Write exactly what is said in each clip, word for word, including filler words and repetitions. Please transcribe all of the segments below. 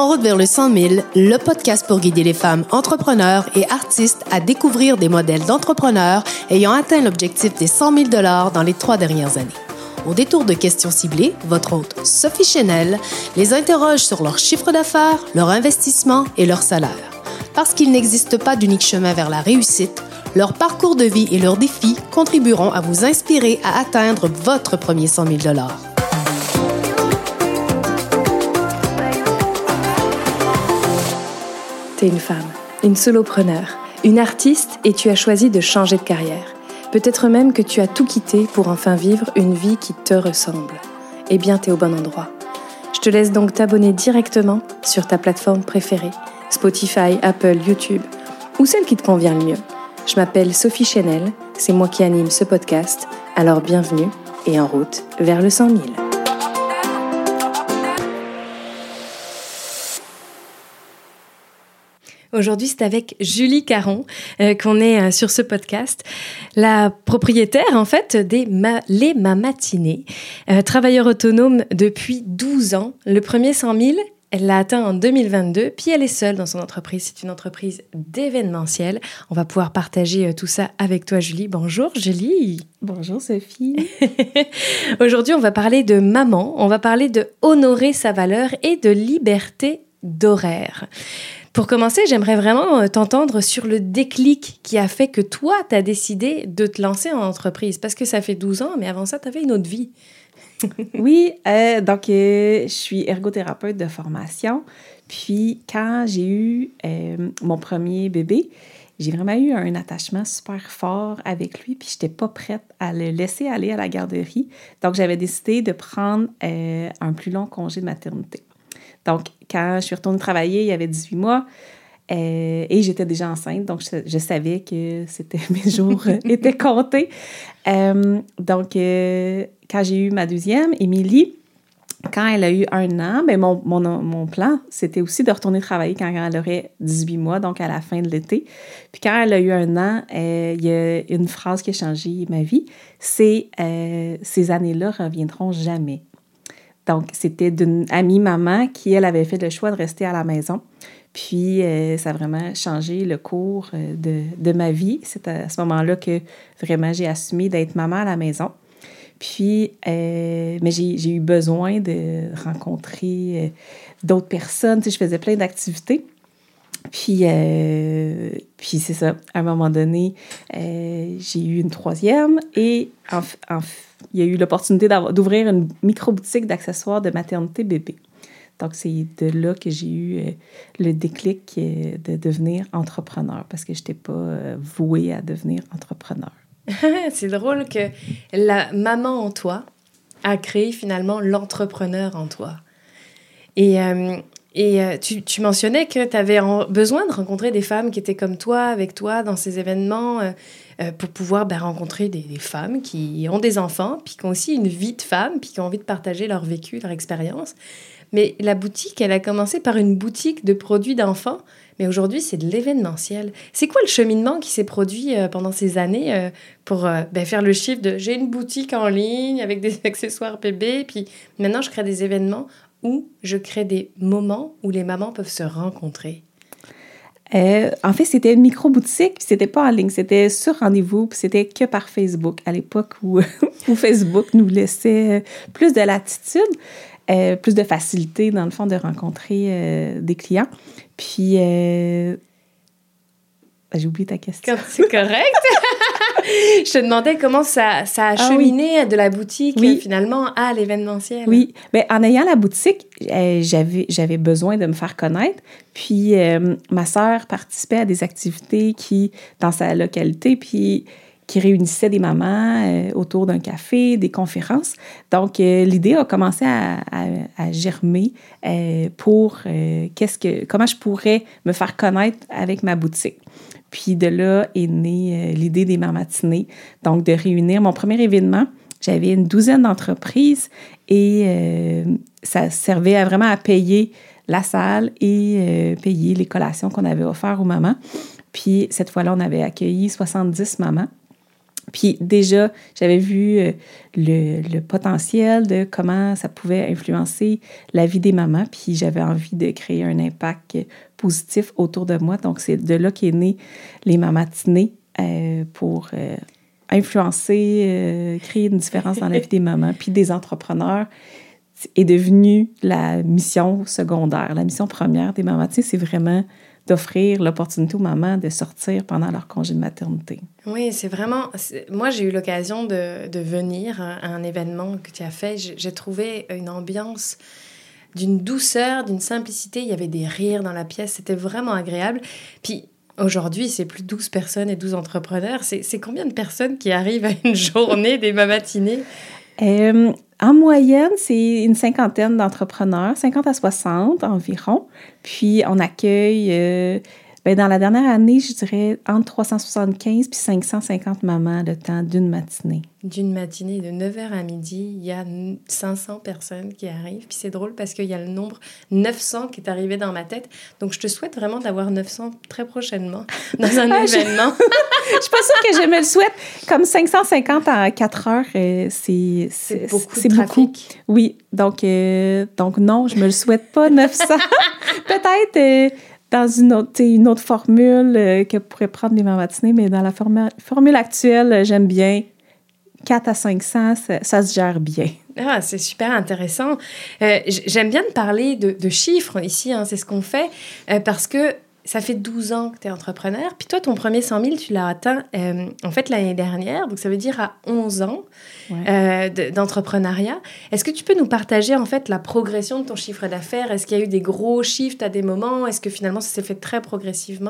En route vers le cent mille, le podcast pour guider les femmes entrepreneurs et artistes à découvrir des modèles d'entrepreneurs ayant atteint l'objectif des cent mille dollars dans les trois dernières années. Au détour de questions ciblées, votre hôte Sophie Chenel les interroge sur leur chiffre d'affaires, leur investissement et leur salaire. Parce qu'il n'existe pas d'unique chemin vers la réussite, leur parcours de vie et leurs défis contribueront à vous inspirer à atteindre votre premier cent mille dollars. T'es une femme, une solopreneur, une artiste et tu as choisi de changer de carrière. Peut-être même que tu as tout quitté pour enfin vivre une vie qui te ressemble. Eh bien, t'es au bon endroit. Je te laisse donc t'abonner directement sur ta plateforme préférée, Spotify, Apple, YouTube, ou celle qui te convient le mieux. Je m'appelle Sophie Chenel, c'est moi qui anime ce podcast, alors bienvenue et en route vers le cent mille. Aujourd'hui, c'est avec Julie Caron euh, qu'on est euh, sur ce podcast, la propriétaire en fait des ma- Les Mamatinées, euh, travailleur autonome depuis douze ans. Le premier cent mille, elle l'a atteint en deux mille vingt-deux, puis elle est seule dans son entreprise. C'est une entreprise d'événementiel. On va pouvoir partager euh, tout ça avec toi, Julie. Bonjour, Julie. Bonjour, Sophie. Aujourd'hui, on va parler de maman, on va parler de honorer sa valeur et de liberté d'horaire. Pour commencer, j'aimerais vraiment t'entendre sur le déclic qui a fait que toi, tu as décidé de te lancer en entreprise. Parce que ça fait douze ans, mais avant ça, tu avais une autre vie. Oui, euh, donc euh, je suis ergothérapeute de formation. Puis quand j'ai eu euh, mon premier bébé, j'ai vraiment eu un attachement super fort avec lui. Puis je n'étais pas prête à le laisser aller à la garderie. Donc j'avais décidé de prendre euh, un plus long congé de maternité. Donc, quand je suis retournée travailler, il y avait dix-huit mois euh, et j'étais déjà enceinte. Donc, je, je savais que c'était, mes jours étaient comptés. Euh, donc, euh, quand j'ai eu ma deuxième, Émilie, quand elle a eu un an, bien, mon, mon, mon plan, c'était aussi de retourner travailler quand elle aurait dix-huit mois, donc à la fin de l'été. Puis quand elle a eu un an, euh, il y a une phrase qui a changé ma vie, c'est euh, « Ces années-là reviendront jamais ». Donc, c'était d'une amie maman qui, elle, avait fait le choix de rester à la maison. Puis, euh, ça a vraiment changé le cours de, de ma vie. C'est à ce moment-là que vraiment j'ai assumé d'être maman à la maison. Puis, euh, mais j'ai, j'ai eu besoin de rencontrer euh, d'autres personnes. Tu sais, je faisais plein d'activités. Puis, euh, puis c'est ça. À un moment donné, euh, j'ai eu une troisième et en, en, il y a eu l'opportunité d'ouvrir une micro-boutique d'accessoires de maternité bébé. Donc, c'est de là que j'ai eu euh, le déclic euh, de devenir entrepreneur parce que je n'étais pas euh, vouée à devenir entrepreneur. C'est drôle que la maman en toi a créé finalement l'entrepreneur en toi. Et... Euh, Et euh, tu, tu mentionnais que tu avais besoin de rencontrer des femmes qui étaient comme toi, avec toi, dans ces événements, euh, euh, pour pouvoir ben, rencontrer des, des femmes qui ont des enfants, puis qui ont aussi une vie de femme, puis qui ont envie de partager leur vécu, leur expérience. Mais la boutique, elle a commencé par une boutique de produits d'enfants, mais aujourd'hui, c'est de l'événementiel. C'est quoi le cheminement qui s'est produit euh, pendant ces années euh, pour euh, ben, faire le chiffre de « j'ai une boutique en ligne avec des accessoires bébés, puis maintenant, je crée des événements » où je crée des moments où les mamans peuvent se rencontrer? Euh, en fait, c'était une micro-boutique, puis c'était pas en ligne, c'était sur rendez-vous, puis c'était que par Facebook, à l'époque où, où Facebook nous laissait plus de latitude, euh, plus de facilité, dans le fond, de rencontrer euh, des clients. Puis, euh... j'ai oublié ta question. C'est correct. Je te demandais comment ça, ça a cheminé ah, oui. de la boutique oui. finalement à l'événementiel. Oui, bien, en ayant la boutique, euh, j'avais, j'avais besoin de me faire connaître. Puis euh, ma sœur participait à des activités qui, dans sa localité, puis qui réunissaient des mamans euh, autour d'un café, des conférences. Donc, euh, l'idée a commencé à, à, à germer euh, pour euh, qu'est-ce que, comment je pourrais me faire connaître avec ma boutique. Puis de là est née euh, l'idée des Mamatinées, donc de réunir mon premier événement. J'avais une douzaine d'entreprises et euh, ça servait à vraiment à payer la salle et euh, payer les collations qu'on avait offertes aux mamans. Puis cette fois-là, on avait accueilli soixante-dix mamans. Puis déjà, j'avais vu euh, le, le potentiel de comment ça pouvait influencer la vie des mamans, puis j'avais envie de créer un impact positif autour de moi. Donc, c'est de là qu'est né les Mamatinées euh, pour euh, influencer, euh, créer une différence dans la vie des mamans, puis des entrepreneurs. Est devenue la mission secondaire. La mission première des Mamatinées, c'est vraiment d'offrir l'opportunité aux mamans de sortir pendant leur congé de maternité. Oui, c'est vraiment... C'est... Moi, j'ai eu l'occasion de, de venir à un événement que tu as fait. J'ai, j'ai trouvé une ambiance d'une douceur, d'une simplicité. Il y avait des rires dans la pièce. C'était vraiment agréable. Puis aujourd'hui, c'est plus douze personnes et douze entrepreneurs. C'est, c'est combien de personnes qui arrivent à une journée des Mamatinées? Euh, en moyenne, c'est une cinquantaine d'entrepreneurs, cinquante à soixante environ. Puis, on accueille, euh, ben dans la dernière année, je dirais entre trois cent soixante-quinze puis cinq cent cinquante mamans le temps d'une matinée. D'une matinée de neuf heures à midi, il y a cinq cents personnes qui arrivent. Puis c'est drôle parce qu'il y a le nombre neuf cents qui est arrivé dans ma tête. Donc, je te souhaite vraiment d'avoir neuf cents très prochainement dans un ah, événement. Je ne suis pas sûre que je me le souhaite. Comme cinq cent cinquante en quatre heures, euh, c'est, c'est, c'est beaucoup c'est de trafic. Beaucoup. Oui, donc, euh, donc non, je ne me le souhaite pas, neuf cents. Peut-être euh, dans une autre, une autre formule euh, que pourraient prendre les Mamatinées, mais dans la formu- formule actuelle, j'aime bien quatre à cinq cents, ça, ça se gère bien. Ah, c'est super intéressant. Euh, j'aime bien te parler de, de chiffres ici, hein, c'est ce qu'on fait, euh, parce que ça fait douze ans que tu es entrepreneur. Puis toi, ton premier cent mille, tu l'as atteint euh, en fait l'année dernière. Donc, ça veut dire à onze ans ouais. euh, de, d'entrepreneuriat. Est-ce que tu peux nous partager en fait la progression de ton chiffre d'affaires? Est-ce qu'il y a eu des gros chiffres à des moments? Est-ce que finalement, ça s'est fait très progressivement?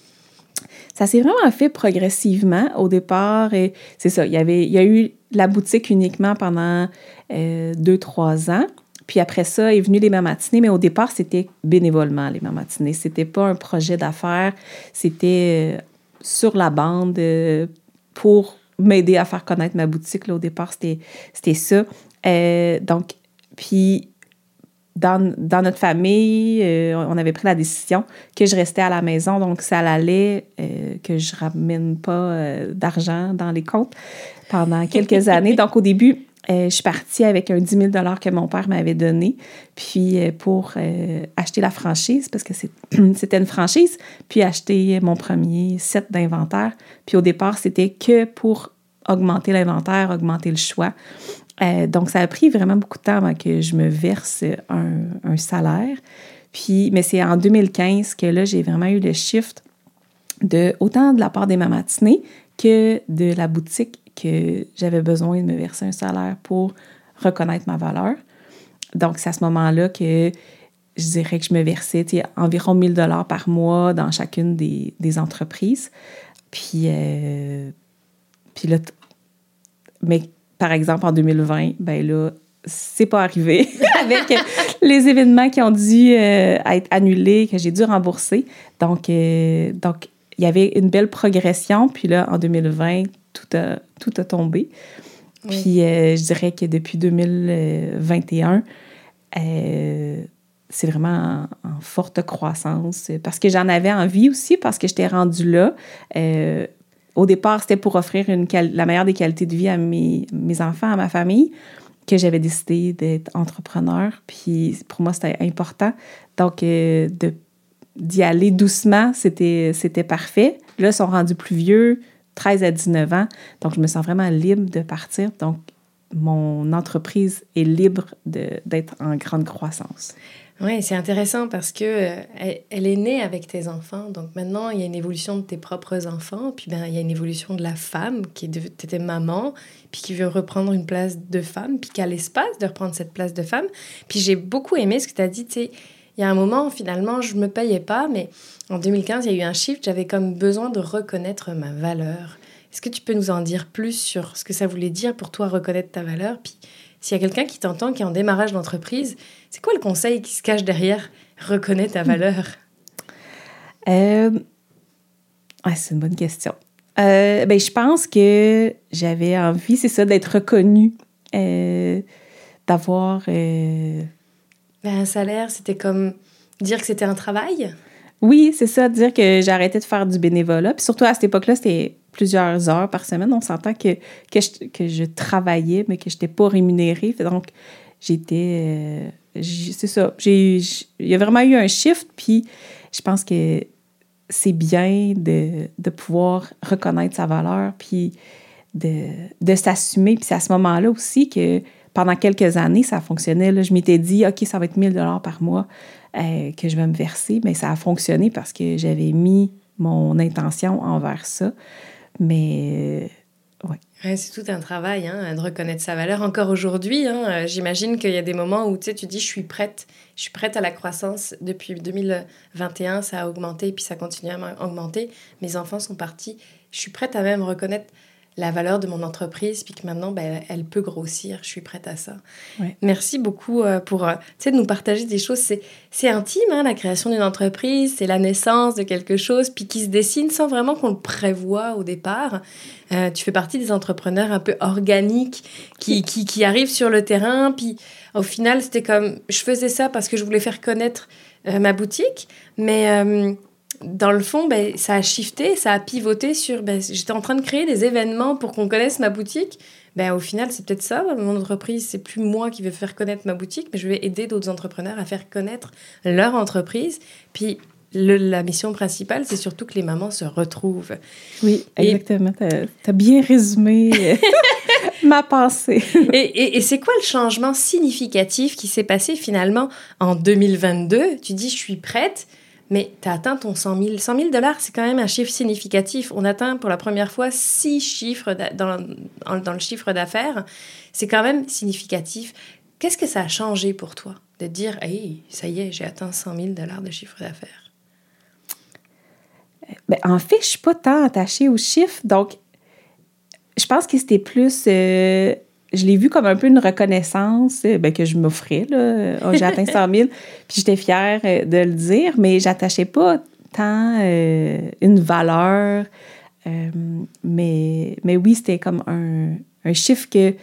Ça s'est vraiment fait progressivement. Au départ, et c'est ça, il y avait, il y a eu la boutique uniquement pendant euh, deux, trois ans. Puis après ça, est venu les Mamatinées, mais au départ, c'était bénévolement, les Mamatinées. C'était pas un projet d'affaires, c'était euh, sur la bande euh, pour m'aider à faire connaître ma boutique. Là, au départ, c'était, c'était ça. Euh, donc, puis dans, dans notre famille, euh, on avait pris la décision que je restais à la maison, donc ça allait, euh, que je ramène pas euh, d'argent dans les comptes pendant quelques années. Donc, au début, Euh, je suis partie avec un dix mille dollars que mon père m'avait donné, puis euh, pour euh, acheter la franchise, parce que c'est, c'était une franchise, puis acheter mon premier set d'inventaire. Puis au départ, c'était que pour augmenter l'inventaire, augmenter le choix. Euh, donc, ça a pris vraiment beaucoup de temps avant que je me verse un, un salaire. Puis, mais c'est en deux mille quinze que là, j'ai vraiment eu le shift de autant de la part des Mamatinées que de la boutique que j'avais besoin de me verser un salaire pour reconnaître ma valeur. Donc, c'est à ce moment-là que je dirais que je me versais environ mille dollars par mois dans chacune des, des entreprises. Puis, euh, puis là, t- mais par exemple, en deux mille vingt, ben là, c'est pas arrivé avec les événements qui ont dû euh, être annulés, que j'ai dû rembourser. Donc, euh, donc, il y avait une belle progression. Puis là, en deux mille vingt, tout a, tout a tombé. Oui. Puis euh, je dirais que depuis deux mille vingt et un, euh, c'est vraiment en, en forte croissance. Parce que j'en avais envie aussi, parce que j'étais rendue là. Euh, au départ, c'était pour offrir une quali- la meilleure des qualités de vie à mes, mes enfants, à ma famille, que j'avais décidé d'être entrepreneur. Puis pour moi, c'était important. Donc, euh, de, d'y aller doucement, c'était, c'était parfait. Là, ils sont rendus plus vieux, treize à dix-neuf ans. Donc, je me sens vraiment libre de partir. Donc, mon entreprise est libre de, d'être en grande croissance. Oui, c'est intéressant parce que euh, elle, elle est née avec tes enfants. Donc, maintenant, il y a une évolution de tes propres enfants. Puis, ben, il y a une évolution de la femme qui était maman, puis qui veut reprendre une place de femme, puis qui a l'espace de reprendre cette place de femme. Puis, j'ai beaucoup aimé ce que tu as dit, tu sais, il y a un moment, finalement, je ne me payais pas, mais en deux mille quinze, il y a eu un shift, j'avais comme besoin de reconnaître ma valeur. Est-ce que tu peux nous en dire plus sur ce que ça voulait dire pour toi, reconnaître ta valeur? Puis, s'il y a quelqu'un qui t'entend, qui est en démarrage d'entreprise, c'est quoi le conseil qui se cache derrière reconnaître ta valeur? Euh... Ouais, c'est une bonne question. Euh, ben, je pense que j'avais envie, c'est ça, d'être reconnue, euh, d'avoir... Euh... Ben, un salaire, c'était comme dire que c'était un travail? Oui, c'est ça, dire que j'ai arrêté de faire du bénévolat. Puis surtout, à cette époque-là, c'était plusieurs heures par semaine. On s'entend que, que, je, que je travaillais, mais que je n'étais pas rémunérée. Donc, j'étais... Euh, c'est ça. J'ai, il y a vraiment eu un shift, puis je pense que c'est bien de, de pouvoir reconnaître sa valeur, puis de, de s'assumer. Puis c'est à ce moment-là aussi que pendant quelques années, ça fonctionnait. Là. Je m'étais dit, OK, ça va être mille dollars par mois euh, que je vais me verser. Mais ça a fonctionné parce que j'avais mis mon intention envers ça. Mais, euh, ouais. Ouais, c'est tout un travail, hein, de reconnaître sa valeur. Encore aujourd'hui, hein, euh, j'imagine qu'il y a des moments où tu sais, tu dis, je suis prête. Je suis prête à la croissance. Depuis deux mille vingt et un, ça a augmenté et puis ça continue à augmenter. Mes enfants sont partis. Je suis prête à même reconnaître la valeur de mon entreprise, puis que maintenant, ben, elle peut grossir. Je suis prête à ça. Ouais. Merci beaucoup euh, pour euh, de nous partager des choses. C'est, c'est intime, hein, la création d'une entreprise. C'est la naissance de quelque chose, puis qui se dessine sans vraiment qu'on le prévoie au départ. Euh, tu fais partie des entrepreneurs un peu organiques qui, qui, qui arrivent sur le terrain. Puis au final, c'était comme... Je faisais ça parce que je voulais faire connaître euh, ma boutique, mais... Euh, dans le fond, ben, ça a shifté, ça a pivoté sur... Ben, j'étais en train de créer des événements pour qu'on connaisse ma boutique. Ben, au final, c'est peut-être ça. Mon entreprise, c'est plus moi qui vais faire connaître ma boutique, mais je vais aider d'autres entrepreneurs à faire connaître leur entreprise. Puis, le, la mission principale, c'est surtout que les mamans se retrouvent. Oui, exactement. Et... Tu as bien résumé ma pensée. et, et, et c'est quoi le changement significatif qui s'est passé finalement en deux mille vingt-deux? Tu dis, je suis prête. Mais tu as atteint ton cent mille. cent mille dollars, c'est quand même un chiffre significatif. On atteint pour la première fois six chiffres dans, dans le chiffre d'affaires. C'est quand même significatif. Qu'est-ce que ça a changé pour toi de dire « Hey, ça y est, j'ai atteint cent mille dollars de chiffre d'affaires » ? Ben, en fait, je ne suis pas tant attachée aux chiffres. Donc, je pense que c'était plus... Euh, je l'ai vu comme un peu une reconnaissance ben, que je m'offrais. Là. Oh, j'ai atteint cent mille, puis j'étais fière de le dire, mais je n'attachais pas tant euh, une valeur. Euh, mais, mais oui, c'était comme un, un chiffre que,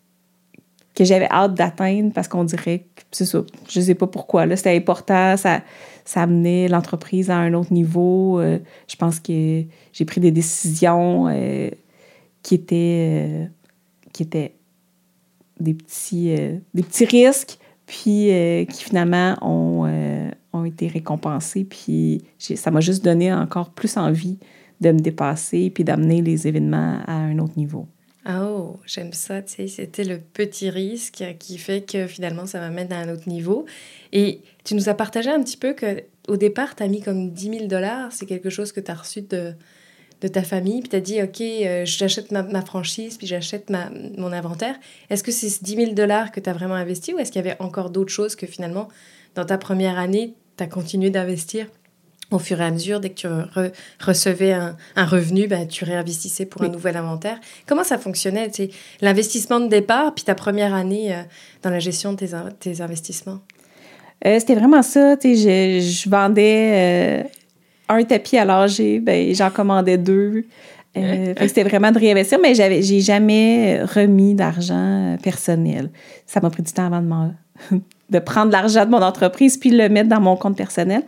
que j'avais hâte d'atteindre parce qu'on dirait que c'est ça. Je ne sais pas pourquoi. Là, c'était important. Ça, ça amenait l'entreprise à un autre niveau. Euh, je pense que j'ai pris des décisions euh, qui étaient... Euh, qui étaient des petits, euh, des petits risques, puis euh, qui finalement ont, euh, ont été récompensés. Puis j'ai, ça m'a juste donné encore plus envie de me dépasser puis d'amener les événements à un autre niveau. Oh, j'aime ça, tu sais, c'était le petit risque qui fait que finalement ça m'amène à un autre niveau. Et tu nous as partagé un petit peu qu'au départ, tu as mis comme dix mille dollars, c'est quelque chose que tu as reçu de... de ta famille, puis tu as dit, OK, euh, j'achète ma, ma franchise, puis j'achète ma, mon inventaire. Est-ce que c'est dix mille dollars que tu as vraiment investi ou est-ce qu'il y avait encore d'autres choses que finalement, dans ta première année, tu as continué d'investir au fur et à mesure? Dès que tu re- recevais un, un revenu, ben, tu réinvestissais pour oui. un nouvel inventaire. Comment ça fonctionnait, tu sais, l'investissement de départ, puis ta première année euh, dans la gestion de tes, tes investissements? Euh, c'était vraiment ça, tu sais, je, je vendais... Euh... un tapis à langer, ben, j'en commandais deux. Euh, fait que c'était vraiment de réinvestir, mais j'avais, j'ai jamais remis d'argent personnel. Ça m'a pris du temps avant de, m'en, de prendre l'argent de mon entreprise puis le mettre dans mon compte personnel.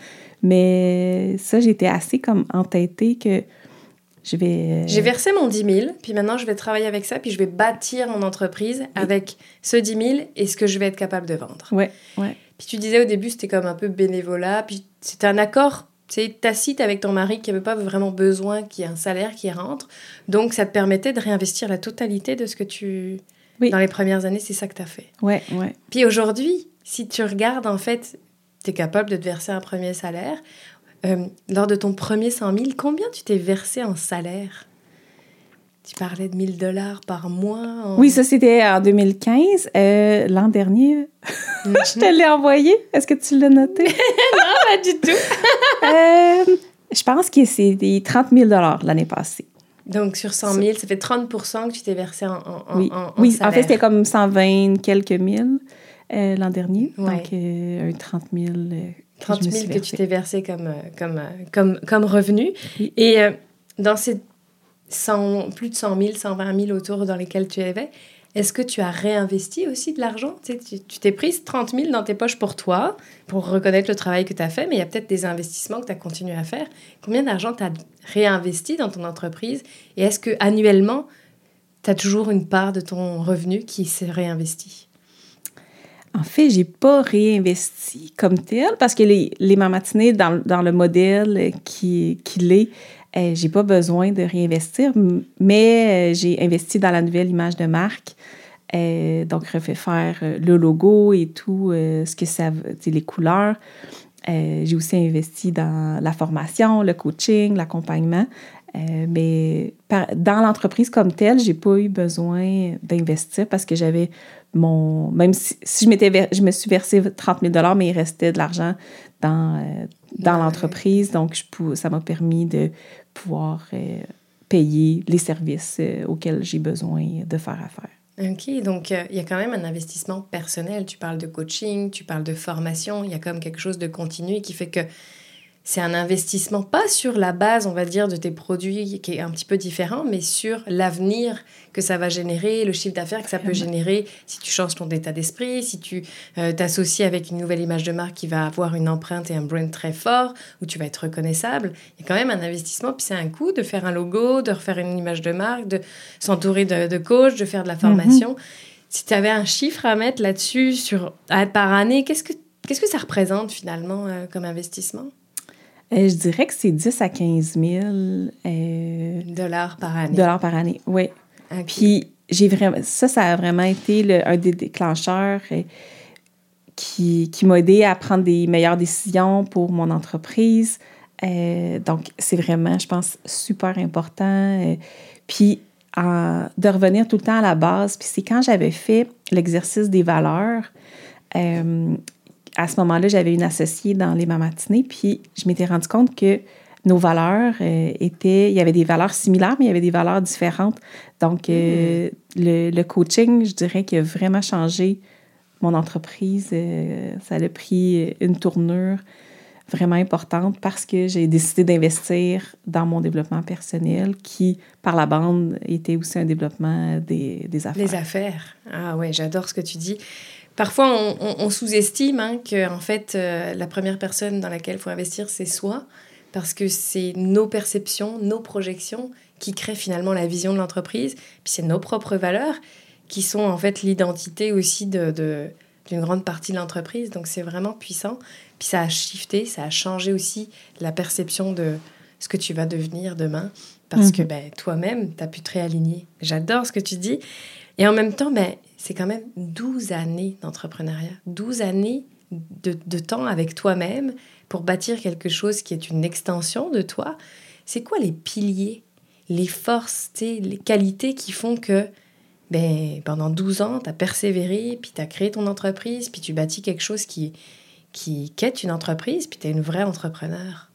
Mais ça, j'étais assez comme entêtée que je vais... J'ai versé mon dix mille, puis maintenant, je vais travailler avec ça, puis je vais bâtir mon entreprise oui. avec ce dix mille et ce que je vais être capable de vendre. Oui, oui. Puis tu disais au début, c'était comme un peu bénévolat, puis c'était un accord... C'est tacite avec ton mari qui n'avait pas vraiment besoin qu'il y ait un salaire qui rentre. Donc, ça te permettait de réinvestir la totalité de ce que tu... Oui. Dans les premières années, c'est ça que tu as fait. Oui, oui. Puis aujourd'hui, si tu regardes, en fait, tu es capable de te verser un premier salaire. Euh, lors de ton premier cent mille, combien tu t'es versé en salaire? Tu parlais de mille dollars par mois. En... Oui, ça, c'était en deux mille quinze. Euh, l'an dernier, mm-hmm. je te l'ai envoyé. Est-ce que tu l'as noté? Non, pas du tout. euh, je pense que c'est des trente mille dollars l'année passée. Donc, sur cent mille, ça fait trente pour cent que tu t'es versé en, en, oui. en, en oui, salaire. En fait, c'était comme cent vingt quelques mille euh, l'an dernier. Ouais. Donc, euh, un trente mille. Euh, trente mille que tu t'es versé comme, comme, comme, comme revenu. Oui. Et euh, dans ces cent, plus de cent mille, cent vingt mille autour dans lesquels tu avais, est-ce que tu as réinvesti aussi de l'argent? Tu sais, tu, tu t'es prise trente mille dans tes poches pour toi, pour reconnaître le travail que tu as fait, mais il y a peut-être des investissements que tu as continué à faire. Combien d'argent tu as réinvesti dans ton entreprise? Et est-ce que annuellement, tu as toujours une part de ton revenu qui s'est réinvesti? En fait, j'ai pas réinvesti comme tel parce que les, les mamatinées dans, dans le modèle qui, qui l'est, euh, j'ai pas besoin de réinvestir, mais euh, j'ai investi dans la nouvelle image de marque. Euh, donc, refait faire euh, le logo et tout, euh, ce que ça veut, les couleurs. Euh, j'ai aussi investi dans la formation, le coaching, l'accompagnement. Euh, mais par, dans l'entreprise comme telle, j'ai pas eu besoin d'investir parce que j'avais mon... Même si, si je, m'étais, je me suis versé trente mille dollars, mais il restait de l'argent dans, euh, dans ouais. l'entreprise. Donc, je, ça m'a permis de pouvoir euh, payer les services euh, auxquels j'ai besoin de faire affaire. OK, donc il euh, y a quand même un investissement personnel. Tu parles de coaching, tu parles de formation. Il y a comme quelque chose de continu qui fait que c'est un investissement, pas sur la base, on va dire, de tes produits qui est un petit peu différent, mais sur l'avenir que ça va générer, le chiffre d'affaires que ça peut générer si tu changes ton état d'esprit, si tu euh, t'associes avec une nouvelle image de marque qui va avoir une empreinte et un brand très fort, où tu vas être reconnaissable. Il y a quand même un investissement, puis c'est un coût de faire un logo, de refaire une image de marque, de s'entourer de, de coachs, de faire de la formation. Mm-hmm. Si tu avais un chiffre à mettre là-dessus sur, à, par année, qu'est-ce que, qu'est-ce que ça représente finalement euh, comme investissement? Euh, je dirais que c'est dix à quinze mille euh, dollars par année. Dollars par année, oui. Okay. Puis, j'ai vraiment, ça, ça a vraiment été le, un des déclencheurs euh, qui, qui m'a aidé à prendre des meilleures décisions pour mon entreprise. Euh, donc, c'est vraiment, je pense, super important. Euh, puis, en, de revenir tout le temps à la base. Puis, c'est quand j'avais fait l'exercice des valeurs. Euh, À ce moment-là, j'avais une associée dans les mamatinées, puis je m'étais rendu compte que nos valeurs euh, étaient... Il y avait des valeurs similaires, mais il y avait des valeurs différentes. Donc, euh, mmh. le, le coaching, je dirais, qui a vraiment changé mon entreprise. Euh, ça a pris une tournure vraiment importante parce que j'ai décidé d'investir dans mon développement personnel qui, par la bande, était aussi un développement des, des affaires. Les affaires. Ah ouais, j'adore ce que tu dis. Parfois, on, on, on sous-estime hein, que en fait, euh, la première personne dans laquelle il faut investir, c'est soi, parce que c'est nos perceptions, nos projections qui créent finalement la vision de l'entreprise. Puis c'est nos propres valeurs qui sont en fait l'identité aussi de, de, d'une grande partie de l'entreprise. Donc c'est vraiment puissant. Puis ça a shifté, ça a changé aussi la perception de ce que tu vas devenir demain, parce mm-hmm. que ben, toi-même, tu as pu te réaligner. J'adore ce que tu dis. Et en même temps, ben, c'est quand même douze années d'entrepreneuriat, douze années de, de temps avec toi-même pour bâtir quelque chose qui est une extension de toi. C'est quoi les piliers, les forces, les qualités qui font que ben, pendant douze ans, tu as persévéré, puis tu as créé ton entreprise, puis tu bâtis quelque chose qui, qui, qui est une entreprise, puis tu es une vraie entrepreneur?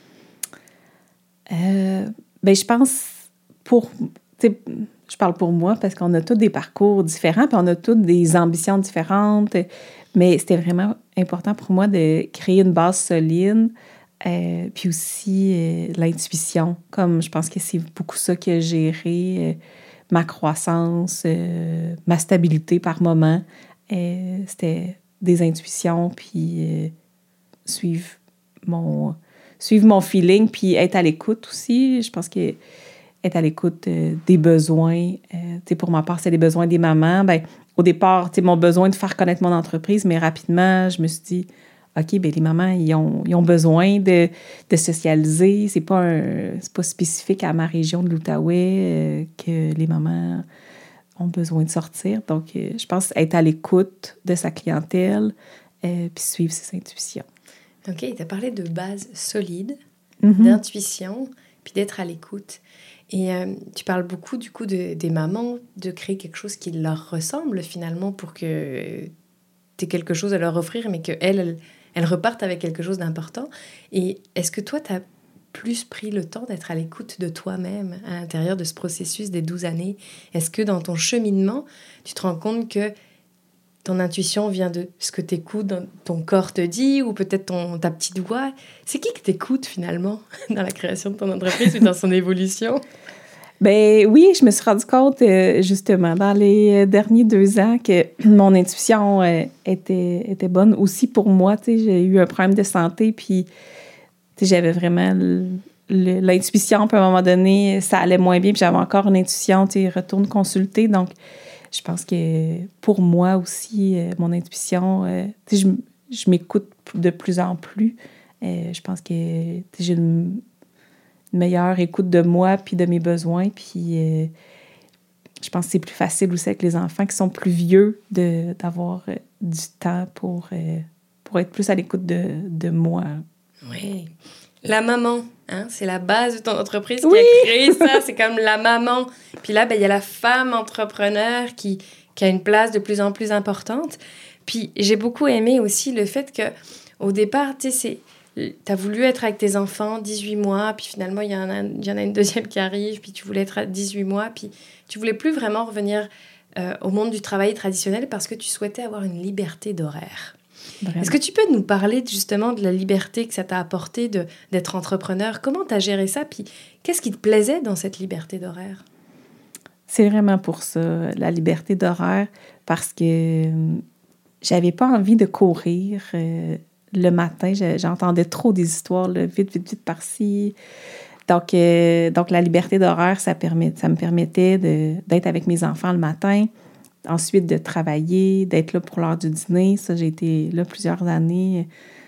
Euh, ben, je pense, pour... Je parle pour moi parce qu'on a tous des parcours différents, puis on a tous des ambitions différentes. Mais c'était vraiment important pour moi de créer une base solide, euh, puis aussi euh, l'intuition. Comme je pense que c'est beaucoup ça qui a géré euh, ma croissance, euh, ma stabilité par moment. Euh, c'était des intuitions, puis euh, suivre mon, suivre mon feeling, puis être à l'écoute aussi. Je pense que être à l'écoute euh, des besoins. Euh, pour ma part, c'est les besoins des mamans. Ben, au départ, mon besoin de faire connaître mon entreprise, mais rapidement, je me suis dit, OK, ben, les mamans, ils ont, ils ont besoin de, de socialiser. C'est pas, un, c'est pas spécifique à ma région de l'Outaouais euh, que les mamans ont besoin de sortir. Donc, euh, je pense être à l'écoute de sa clientèle euh, puis suivre ses intuitions. OK, tu as parlé de base solide, mm-hmm. d'intuition, puis d'être à l'écoute. Et euh, tu parles beaucoup, du coup, de, des mamans, de créer quelque chose qui leur ressemble, finalement, pour que tu aies quelque chose à leur offrir, mais qu'elles, elles, elles repartent avec quelque chose d'important. Et est-ce que toi, tu as plus pris le temps d'être à l'écoute de toi-même à l'intérieur de ce processus des douze années? Est-ce que dans ton cheminement, tu te rends compte que ton intuition vient de ce que t'écoutes, ton corps te dit, ou peut-être ton, ta petite voix? C'est qui que t'écoutes finalement dans la création de ton entreprise ou dans son évolution? Ben oui, je me suis rendu compte, euh, justement, dans les derniers deux ans, que mon intuition euh, était, était bonne aussi pour moi. Tu sais, j'ai eu un problème de santé, puis tu sais, j'avais vraiment le- le- l'intuition, puis à un moment donné, ça allait moins bien, puis j'avais encore une intuition, tu sais, retourne consulter. Donc, je pense que pour moi aussi, euh, mon intuition, euh, tu sais, je, je m'écoute de plus en plus. Euh, je pense que tu sais, j'ai une meilleure écoute de moi puis de mes besoins. Puis euh, je pense que c'est plus facile aussi avec les enfants qui sont plus vieux de, d'avoir euh, du temps pour, euh, pour être plus à l'écoute de, de moi. Oui. La maman, hein, c'est la base de ton entreprise Oui! qui a créé ça. C'est comme la maman. Puis là, ben, il y a la femme entrepreneur qui, qui a une place de plus en plus importante. Puis j'ai beaucoup aimé aussi le fait que au départ, tu sais, c'est... Tu as voulu être avec tes enfants dix-huit mois, puis finalement, il y, en a, il y en a une deuxième qui arrive, puis tu voulais être à dix-huit mois, puis tu voulais plus vraiment revenir euh, au monde du travail traditionnel parce que tu souhaitais avoir une liberté d'horaire. Vraiment. Est-ce que tu peux nous parler justement de la liberté que ça t'a apporté de, d'être entrepreneur? Comment tu as géré ça? Puis qu'est-ce qui te plaisait dans cette liberté d'horaire? C'est vraiment pour ça, la liberté d'horaire, parce que j'avais pas envie de courir. Euh, Le matin, j'entendais trop des histoires, là, vite, vite, vite par-ci. Donc, euh, donc la liberté d'horaire, ça, permet, ça me permettait de, d'être avec mes enfants le matin, ensuite de travailler, d'être là pour l'heure du dîner. Ça, j'ai été là plusieurs années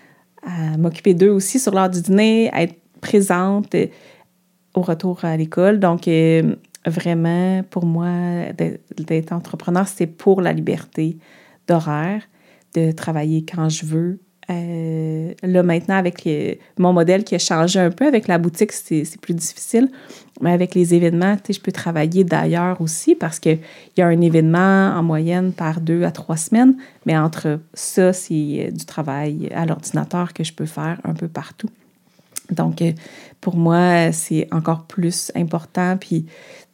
à m'occuper d'eux aussi sur l'heure du dîner, à être présente au retour à l'école. Donc, euh, vraiment, pour moi, d'être entrepreneur, c'est pour la liberté d'horaire, de travailler quand je veux. Euh, là, maintenant, avec les, mon modèle qui a changé un peu, avec la boutique, c'est, c'est plus difficile. Mais avec les événements, tu sais, je peux travailler d'ailleurs aussi parce qu'il y a un événement en moyenne par deux à trois semaines. Mais entre ça, c'est du travail à l'ordinateur que je peux faire un peu partout. Donc, pour moi, c'est encore plus important. Puis,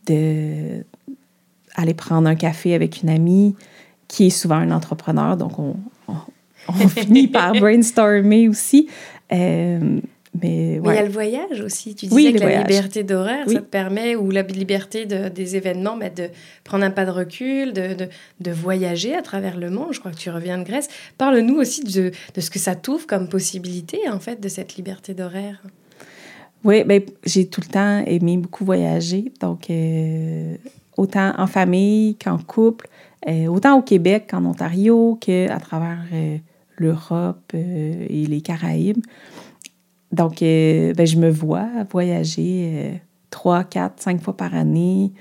de aller prendre un café avec une amie qui est souvent un entrepreneur. Donc, on, on On finit par brainstormer aussi. Euh, mais, ouais. mais il y a le voyage aussi. Tu disais oui, que la voyages. liberté d'horaire, oui. ça te permet, ou la liberté de, des événements, mais de prendre un pas de recul, de, de, de voyager à travers le monde. Je crois que tu reviens de Grèce. Parle-nous aussi de, de ce que ça t'ouvre comme possibilité, en fait, de cette liberté d'horaire. Oui, bien, j'ai tout le temps aimé beaucoup voyager. Donc, euh, autant en famille qu'en couple, euh, autant au Québec qu'en Ontario, qu'à travers... Euh, l'Europe euh, et les Caraïbes. Donc, euh, ben, je me vois voyager euh, trois, quatre, cinq fois par année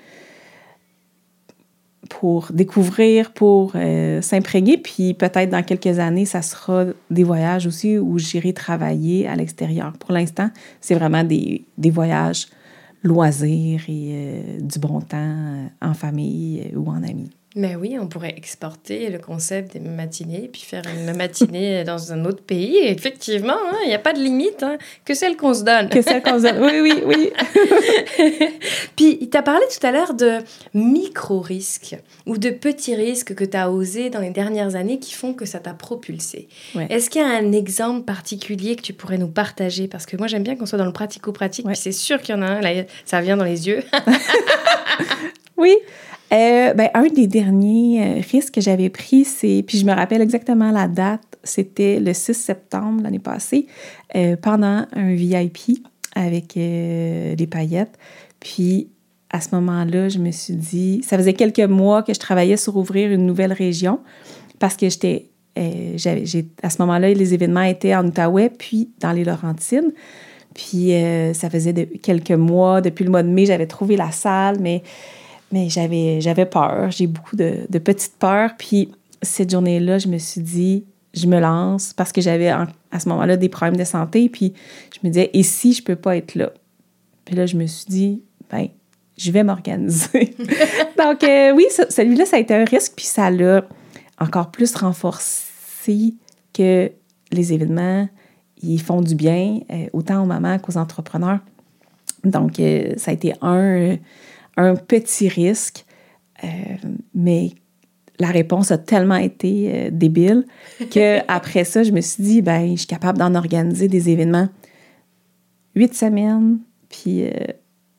pour découvrir, pour euh, s'imprégner. Puis peut-être dans quelques années, ça sera des voyages aussi où j'irai travailler à l'extérieur. Pour l'instant, c'est vraiment des, des voyages loisirs et euh, du bon temps en famille ou en amis. Mais oui, on pourrait exporter le concept des matinées puis faire une matinée dans un autre pays. Et effectivement, il hein, n'y a pas de limite, hein, que celle qu'on se donne. Que celle qu'on se donne, oui, oui, oui. Puis, tu as parlé tout à l'heure de micro-risques ou de petits risques que tu as osés dans les dernières années qui font que ça t'a propulsé. Ouais. Est-ce qu'il y a un exemple particulier que tu pourrais nous partager? Parce que moi, j'aime bien qu'on soit dans le pratico-pratique, ouais. Puis c'est sûr qu'il y en a un, là, ça vient dans les yeux. Oui. Euh, ben, un des derniers euh, risques que j'avais pris, c'est, puis je me rappelle exactement la date, c'était le six septembre l'année passée, euh, pendant un V I P avec euh, des paillettes. Puis, à ce moment-là, je me suis dit, ça faisait quelques mois que je travaillais sur ouvrir une nouvelle région parce que j'étais, euh, j'avais, j'ai, à ce moment-là, les événements étaient en Outaouais, puis dans les Laurentides. Puis, euh, ça faisait de, quelques mois, depuis le mois de mai, j'avais trouvé la salle, mais... Mais j'avais, j'avais peur, j'ai beaucoup de, de petites peurs. Puis cette journée-là, je me suis dit, je me lance parce que j'avais en, à ce moment-là des problèmes de santé. Puis je me disais, et si je peux pas être là? Puis là, je me suis dit, ben, je vais m'organiser. Donc euh, oui, ça, celui-là, ça a été un risque. Puis ça l'a encore plus renforcé que les événements, ils font du bien, euh, autant aux mamans qu'aux entrepreneurs. Donc euh, ça a été un... Euh, un petit risque, euh, mais la réponse a tellement été euh, débile qu'après ça, je me suis dit, ben, je suis capable d'en organiser des événements huit semaines, puis euh,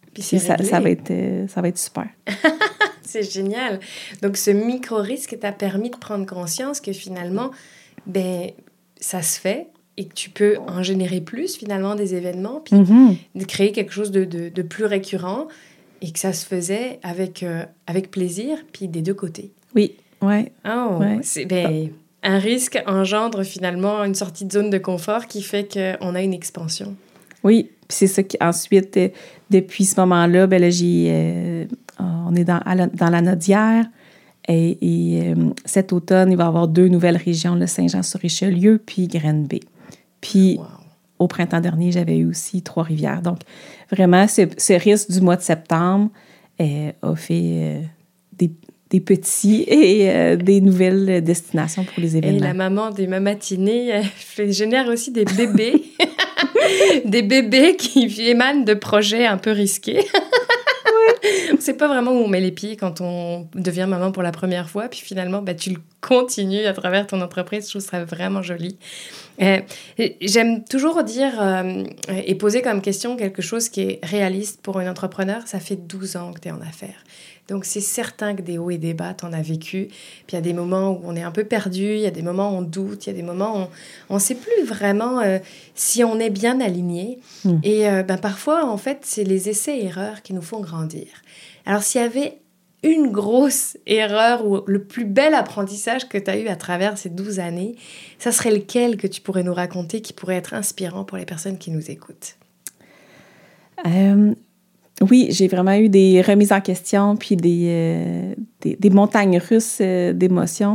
Puis, Puis ça, ça, va être, euh, ça va être super. C'est génial. Donc, ce micro-risque t'a permis de prendre conscience que finalement, ben, ça se fait et que tu peux en générer plus, finalement, des événements, puis mm-hmm. de créer quelque chose de, de, de plus récurrent et que ça se faisait avec, euh, avec plaisir, puis des deux côtés. Oui, oui. Oh, ouais. c'est... Ben, un risque engendre finalement une sortie de zone de confort qui fait qu'on a une expansion. Oui, puis c'est ça qu'ensuite, euh, depuis ce moment-là, ben là, j'ai, euh, on est dans, la, dans la Nodière et, et euh, cet automne, il va y avoir deux nouvelles régions, le Saint-Jean-sur-Richelieu puis Granby. Puis wow. Au printemps dernier, j'avais eu aussi Trois-Rivières. Donc, vraiment, ce, ce risque du mois de septembre euh, a fait euh, des des petits et euh, des nouvelles destinations pour les événements. Et la maman des mamatinées elle fait, génère aussi des bébés, des bébés qui émanent de projets un peu risqués. Oui. On ne sait pas vraiment où on met les pieds quand on devient maman pour la première fois, puis finalement, bah, tu le continues à travers ton entreprise. Je trouve ça vraiment joli. Euh, j'aime toujours dire euh, et poser comme question quelque chose qui est réaliste pour un entrepreneur. Ça fait douze ans que tu es en affaires. Donc, c'est certain que des hauts et des bas, tu en as vécu. Puis, il y a des moments où on est un peu perdu, il y a des moments où on doute, il y a des moments où on ne sait plus vraiment euh, si on est bien aligné. Mmh. Et euh, ben, parfois, en fait, c'est les essais et erreurs qui nous font grandir. Alors, s'il y avait une grosse erreur ou le plus bel apprentissage que tu as eu à travers ces douze années, ça serait lequel que tu pourrais nous raconter qui pourrait être inspirant pour les personnes qui nous écoutent? Euh... Oui, j'ai vraiment eu des remises en question puis des, euh, des, des montagnes russes euh, d'émotions.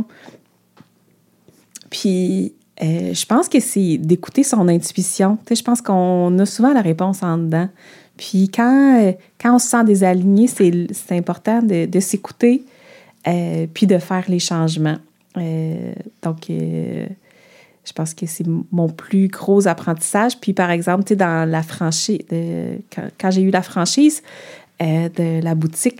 Puis, euh, je pense que c'est d'écouter son intuition. Tu sais, je pense qu'on a souvent la réponse en dedans. Puis, quand, euh, quand on se sent désaligné, c'est, c'est important de, de s'écouter euh, puis de faire les changements. Euh, donc, euh, je pense que c'est mon plus gros apprentissage. Puis, par exemple, tu sais, dans la franchise, de, quand, quand j'ai eu la franchise euh, de la boutique,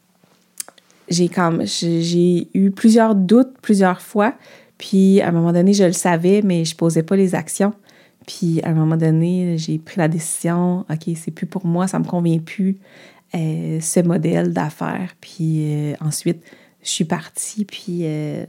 j'ai, comme, j'ai, j'ai eu plusieurs doutes plusieurs fois. Puis, à un moment donné, je le savais, mais je ne posais pas les actions. Puis, à un moment donné, j'ai pris la décision, OK, c'est plus pour moi, ça ne me convient plus, euh, ce modèle d'affaires. Puis, euh, ensuite, je suis partie, puis... Euh,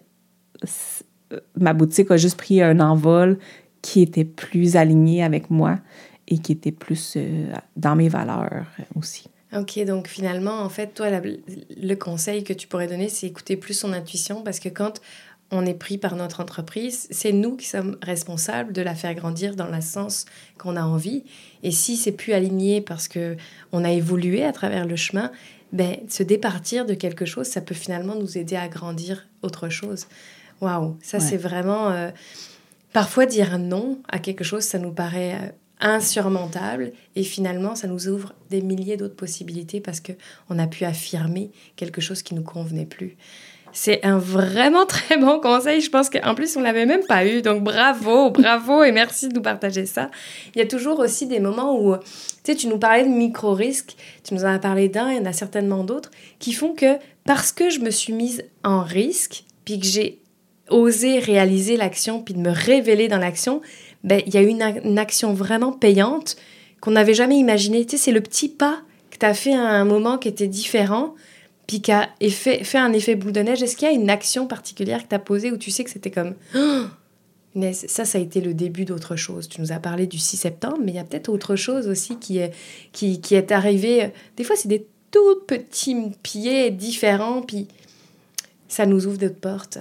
ma boutique a juste pris un envol qui était plus aligné avec moi et qui était plus euh, dans mes valeurs aussi. OK, donc finalement, en fait, toi, la, le conseil que tu pourrais donner, c'est écouter plus son intuition parce que quand on est pris par notre entreprise, c'est nous qui sommes responsables de la faire grandir dans le sens qu'on a envie. Et si c'est plus aligné parce qu'on a évolué à travers le chemin, ben, se départir de quelque chose, ça peut finalement nous aider à grandir autre chose. Waouh, ça ouais. C'est vraiment... Euh, parfois, dire non à quelque chose, ça nous paraît euh, insurmontable et finalement, ça nous ouvre des milliers d'autres possibilités parce qu'on a pu affirmer quelque chose qui ne nous convenait plus. C'est un vraiment très bon conseil. Je pense qu'en plus, on ne l'avait même pas eu. Donc, bravo, bravo et merci de nous partager ça. Il y a toujours aussi des moments où, tu sais, tu nous parlais de micro-risques. Tu nous en as parlé d'un, il y en a certainement d'autres qui font que parce que je me suis mise en risque puis que j'ai oser réaliser l'action puis de me révéler dans l'action, ben, il y a eu une, une action vraiment payante qu'on n'avait jamais imaginée. Tu sais, c'est le petit pas que tu as fait à un moment qui était différent puis qui a effet, fait un effet boule de neige. Est-ce qu'il y a une action particulière que tu as posée où tu sais que c'était comme... Oh, mais ça, ça a été le début d'autre chose. Tu nous as parlé du six septembre, mais il y a peut-être autre chose aussi qui est, qui, qui est arrivé. Des fois, c'est des tout petits pieds différents puis ça nous ouvre d'autres portes.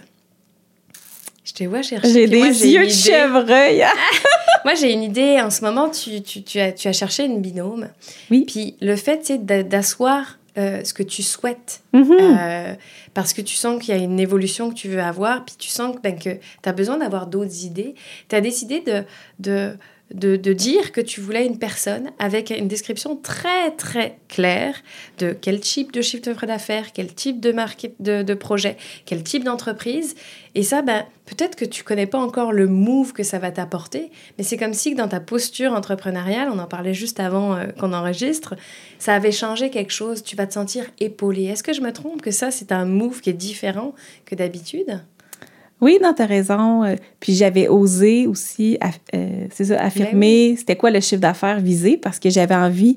Je te vois chercher. J'ai des moi, j'ai yeux de chevreuil. Moi, j'ai une idée. En ce moment, tu, tu, tu, as, tu as cherché une binôme. Oui. Puis le fait, c'est d'asseoir euh, ce que tu souhaites. Mm-hmm. Euh, parce que tu sens qu'il y a une évolution que tu veux avoir. Puis tu sens que, ben, que tu as besoin d'avoir d'autres idées. Tu as décidé de... de De, de dire que tu voulais une personne avec une description très, très claire de quel type de chiffre d'affaires, quel type de, market, de, de projet, quel type d'entreprise. Et ça, ben, peut-être que tu ne connais pas encore le move que ça va t'apporter, mais c'est comme si dans ta posture entrepreneuriale, on en parlait juste avant euh, qu'on enregistre, ça avait changé quelque chose. Tu vas te sentir épaulé. Est-ce que je me trompe que ça, c'est un move qui est différent que d'habitude? Oui, non, t'as raison. Puis j'avais osé aussi, euh, c'est ça, affirmer c'était quoi le chiffre d'affaires visé parce que j'avais envie, tu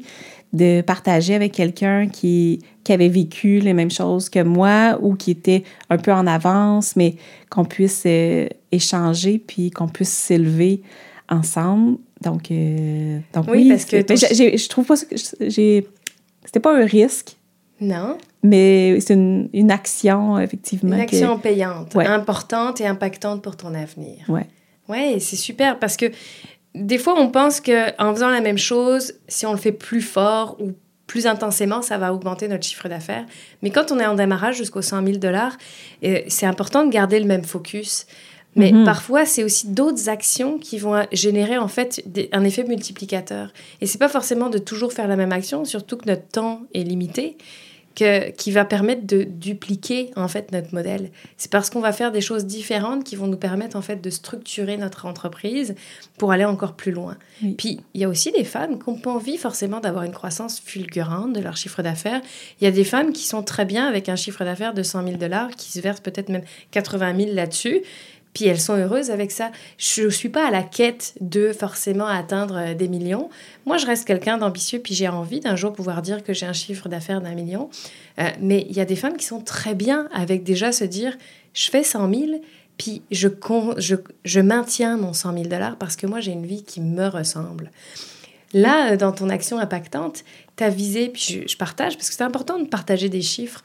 de partager avec quelqu'un qui, qui avait vécu les mêmes choses que moi ou qui était un peu en avance, mais qu'on puisse euh, échanger puis qu'on puisse s'élever ensemble. Donc, euh, donc oui, oui, parce que ton... j'ai, j'ai, je trouve pas ça que j'ai... C'était pas un risque. Non. Mais c'est une, une action, effectivement. Une action que... payante, ouais. importante et impactante pour ton avenir. Oui. Oui, c'est super parce que des fois, on pense qu'en faisant la même chose, si on le fait plus fort ou plus intensément, ça va augmenter notre chiffre d'affaires. Mais quand on est en démarrage jusqu'aux cent mille dollars, euh, c'est important de garder le même focus. Mais mm-hmm. parfois, c'est aussi d'autres actions qui vont générer en fait des, un effet multiplicateur. Et c'est pas forcément de toujours faire la même action, surtout que notre temps est limité, que, qui va permettre de dupliquer en fait notre modèle. C'est parce qu'on va faire des choses différentes qui vont nous permettre en fait de structurer notre entreprise pour aller encore plus loin. Oui. Puis il y a aussi des femmes qui n'ont pas envie forcément d'avoir une croissance fulgurante de leur chiffre d'affaires. Il y a des femmes qui sont très bien avec un chiffre d'affaires de cent mille dollars, qui se versent peut-être même quatre-vingt mille là-dessus. Puis elles sont heureuses avec ça. Je ne suis pas à la quête de forcément atteindre des millions. Moi, je reste quelqu'un d'ambitieux, puis j'ai envie d'un jour pouvoir dire que j'ai un chiffre d'affaires d'un million. Euh, mais il y a des femmes qui sont très bien avec déjà se dire, je fais cent mille, puis je, con, je, je maintiens mon cent mille dollars parce que moi, j'ai une vie qui me ressemble. Là, dans ton action impactante, tu as visé, puis je, je partage, parce que c'est important de partager des chiffres.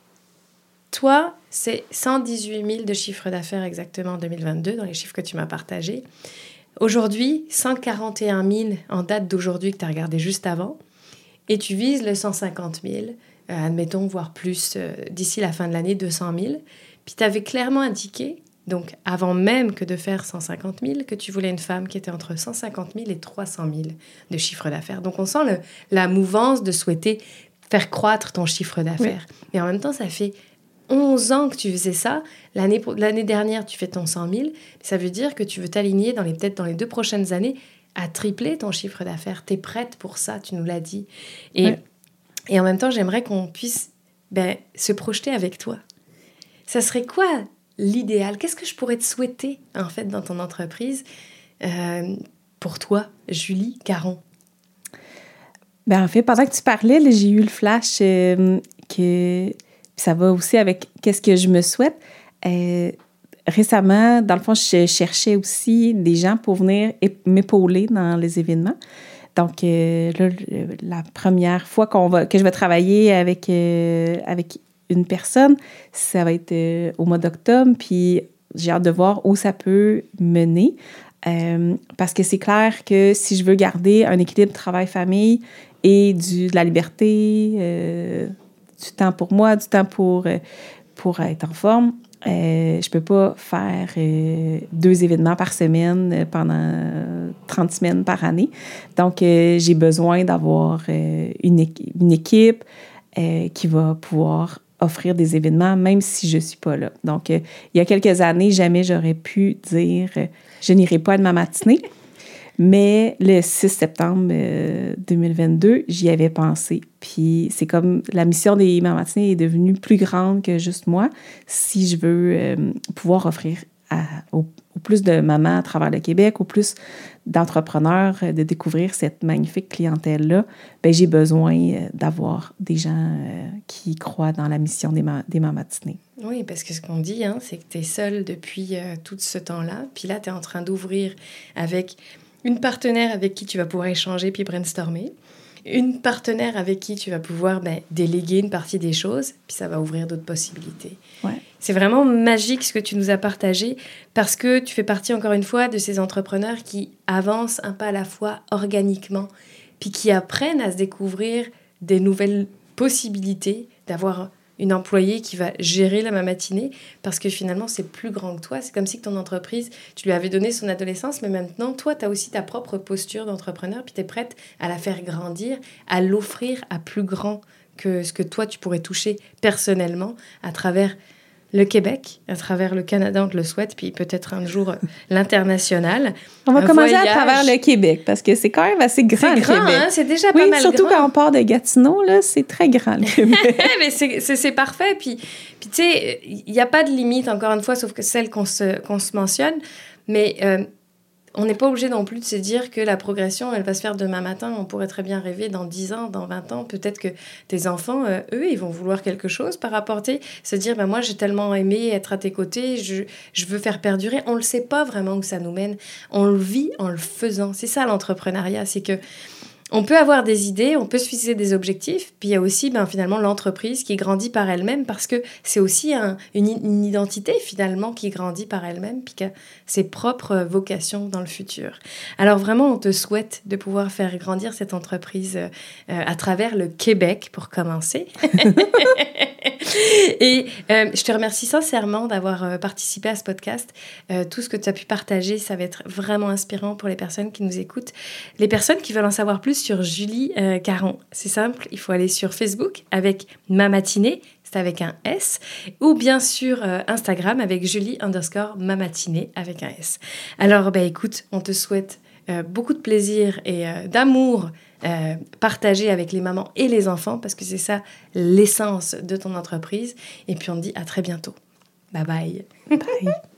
Toi, c'est cent dix-huit mille de chiffre d'affaires exactement en deux mille vingt-deux, dans les chiffres que tu m'as partagés. Aujourd'hui, cent quarante et un mille en date d'aujourd'hui que tu as regardé juste avant. Et tu vises le cent cinquante mille, euh, admettons, voire plus, euh, d'ici la fin de l'année, deux cent mille. Puis tu avais clairement indiqué, donc avant même que de faire cent cinquante mille, que tu voulais une femme qui était entre cent cinquante mille et trois cent mille de chiffre d'affaires. Donc on sent le, la mouvance de souhaiter faire croître ton chiffre d'affaires. Oui. Mais en même temps, ça fait onze ans que tu faisais ça. L'année, l'année dernière, tu fais ton cent mille. Ça veut dire que tu veux t'aligner dans les, peut-être dans les deux prochaines années à tripler ton chiffre d'affaires. Tu es prête pour ça, tu nous l'as dit. Et, ouais. et en même temps, j'aimerais qu'on puisse ben, se projeter avec toi. Ça serait quoi l'idéal? Qu'est-ce que je pourrais te souhaiter, en fait, dans ton entreprise euh, pour toi, Julie Caron? Ben, en fait, pendant que tu parlais, là, j'ai eu le flash euh, que... ça va aussi avec qu'est-ce que je me souhaite. Euh, récemment, dans le fond, je cherchais aussi des gens pour venir m'épauler dans les événements. Donc, euh, là, la première fois qu'on va, que je vais travailler avec, euh, avec une personne, ça va être euh, au mois d'octobre, puis j'ai hâte de voir où ça peut mener. Euh, parce que c'est clair que si je veux garder un équilibre travail-famille et du, de la liberté... Euh, du temps pour moi, du temps pour, pour être en forme. Euh, je ne peux pas faire euh, deux événements par semaine pendant trente semaines par année. Donc, euh, j'ai besoin d'avoir euh, une, équ- une équipe euh, qui va pouvoir offrir des événements, même si je ne suis pas là. Donc, euh, il y a quelques années, jamais j'aurais pu dire euh, « je n'irai pas à ma matinée ». Mais le six septembre euh, deux mille vingt-deux, j'y avais pensé. Puis c'est comme la mission des Mamans Matinées est devenue plus grande que juste moi si je veux euh, pouvoir offrir à, au, au plus de mamans à travers le Québec, au plus d'entrepreneurs euh, de découvrir cette magnifique clientèle-là, bien, j'ai besoin euh, d'avoir des gens euh, qui croient dans la mission des, ma- des Mamans Matinées. Oui, parce que ce qu'on dit, hein, c'est que tu es seule depuis euh, tout ce temps-là. Puis là, tu es en train d'ouvrir avec... une partenaire avec qui tu vas pouvoir échanger puis brainstormer. Une partenaire avec qui tu vas pouvoir ben, déléguer une partie des choses, puis ça va ouvrir d'autres possibilités. Ouais. C'est vraiment magique ce que tu nous as partagé, parce que tu fais partie, encore une fois, de ces entrepreneurs qui avancent un pas à la fois organiquement, puis qui apprennent à se découvrir des nouvelles possibilités d'avoir une employée qui va gérer la matinée, parce que finalement, c'est plus grand que toi. C'est comme si que ton entreprise, tu lui avais donné son adolescence, mais maintenant, toi, tu as aussi ta propre posture d'entrepreneur, puis tu es prête à la faire grandir, à l'offrir à plus grand que ce que toi, tu pourrais toucher personnellement à travers le Québec, à travers le Canada, on te le souhaite, puis peut-être un jour l'international. On va commencer voyage. À travers le Québec, parce que c'est quand même assez grand, c'est grand, le Québec. Hein? C'est déjà oui, pas mal surtout grand. Quand on part de Gatineau, là, c'est très grand, le Québec. Mais c'est, c'est, c'est parfait. Puis, puis tu sais, il n'y a pas de limite, encore une fois, sauf que celle qu'on se, qu'on se mentionne. Mais euh, on n'est pas obligé non plus de se dire que la progression, elle va se faire demain matin. On pourrait très bien rêver dans dix ans, dans vingt ans. Peut-être que tes enfants, euh, eux, ils vont vouloir quelque chose par rapport, tu sais, se dire, ben, moi, j'ai tellement aimé être à tes côtés, je, je veux faire perdurer. On ne le sait pas vraiment où ça nous mène. On le vit en le faisant. C'est ça, l'entrepreneuriat. C'est que on peut avoir des idées, on peut se fixer des objectifs, puis il y a aussi ben, finalement l'entreprise qui grandit par elle-même parce que c'est aussi un, une, une identité finalement qui grandit par elle-même puis qui a ses propres vocations dans le futur. Alors vraiment, on te souhaite de pouvoir faire grandir cette entreprise euh, à travers le Québec pour commencer. Et euh, je te remercie sincèrement d'avoir euh, participé à ce podcast. Euh, tout ce que tu as pu partager, ça va être vraiment inspirant pour les personnes qui nous écoutent. Les personnes qui veulent en savoir plus sur Julie euh, Caron, c'est simple, il faut aller sur Facebook avec Ma Matinée, c'est avec un S, ou bien sur euh, Instagram avec Julie underscore Ma Matinée avec un S. Alors, ben, écoute, on te souhaite euh, beaucoup de plaisir et euh, d'amour Euh, partager avec les mamans et les enfants parce que c'est ça l'essence de ton entreprise. Et puis on te dit à très bientôt. Bye bye. Bye.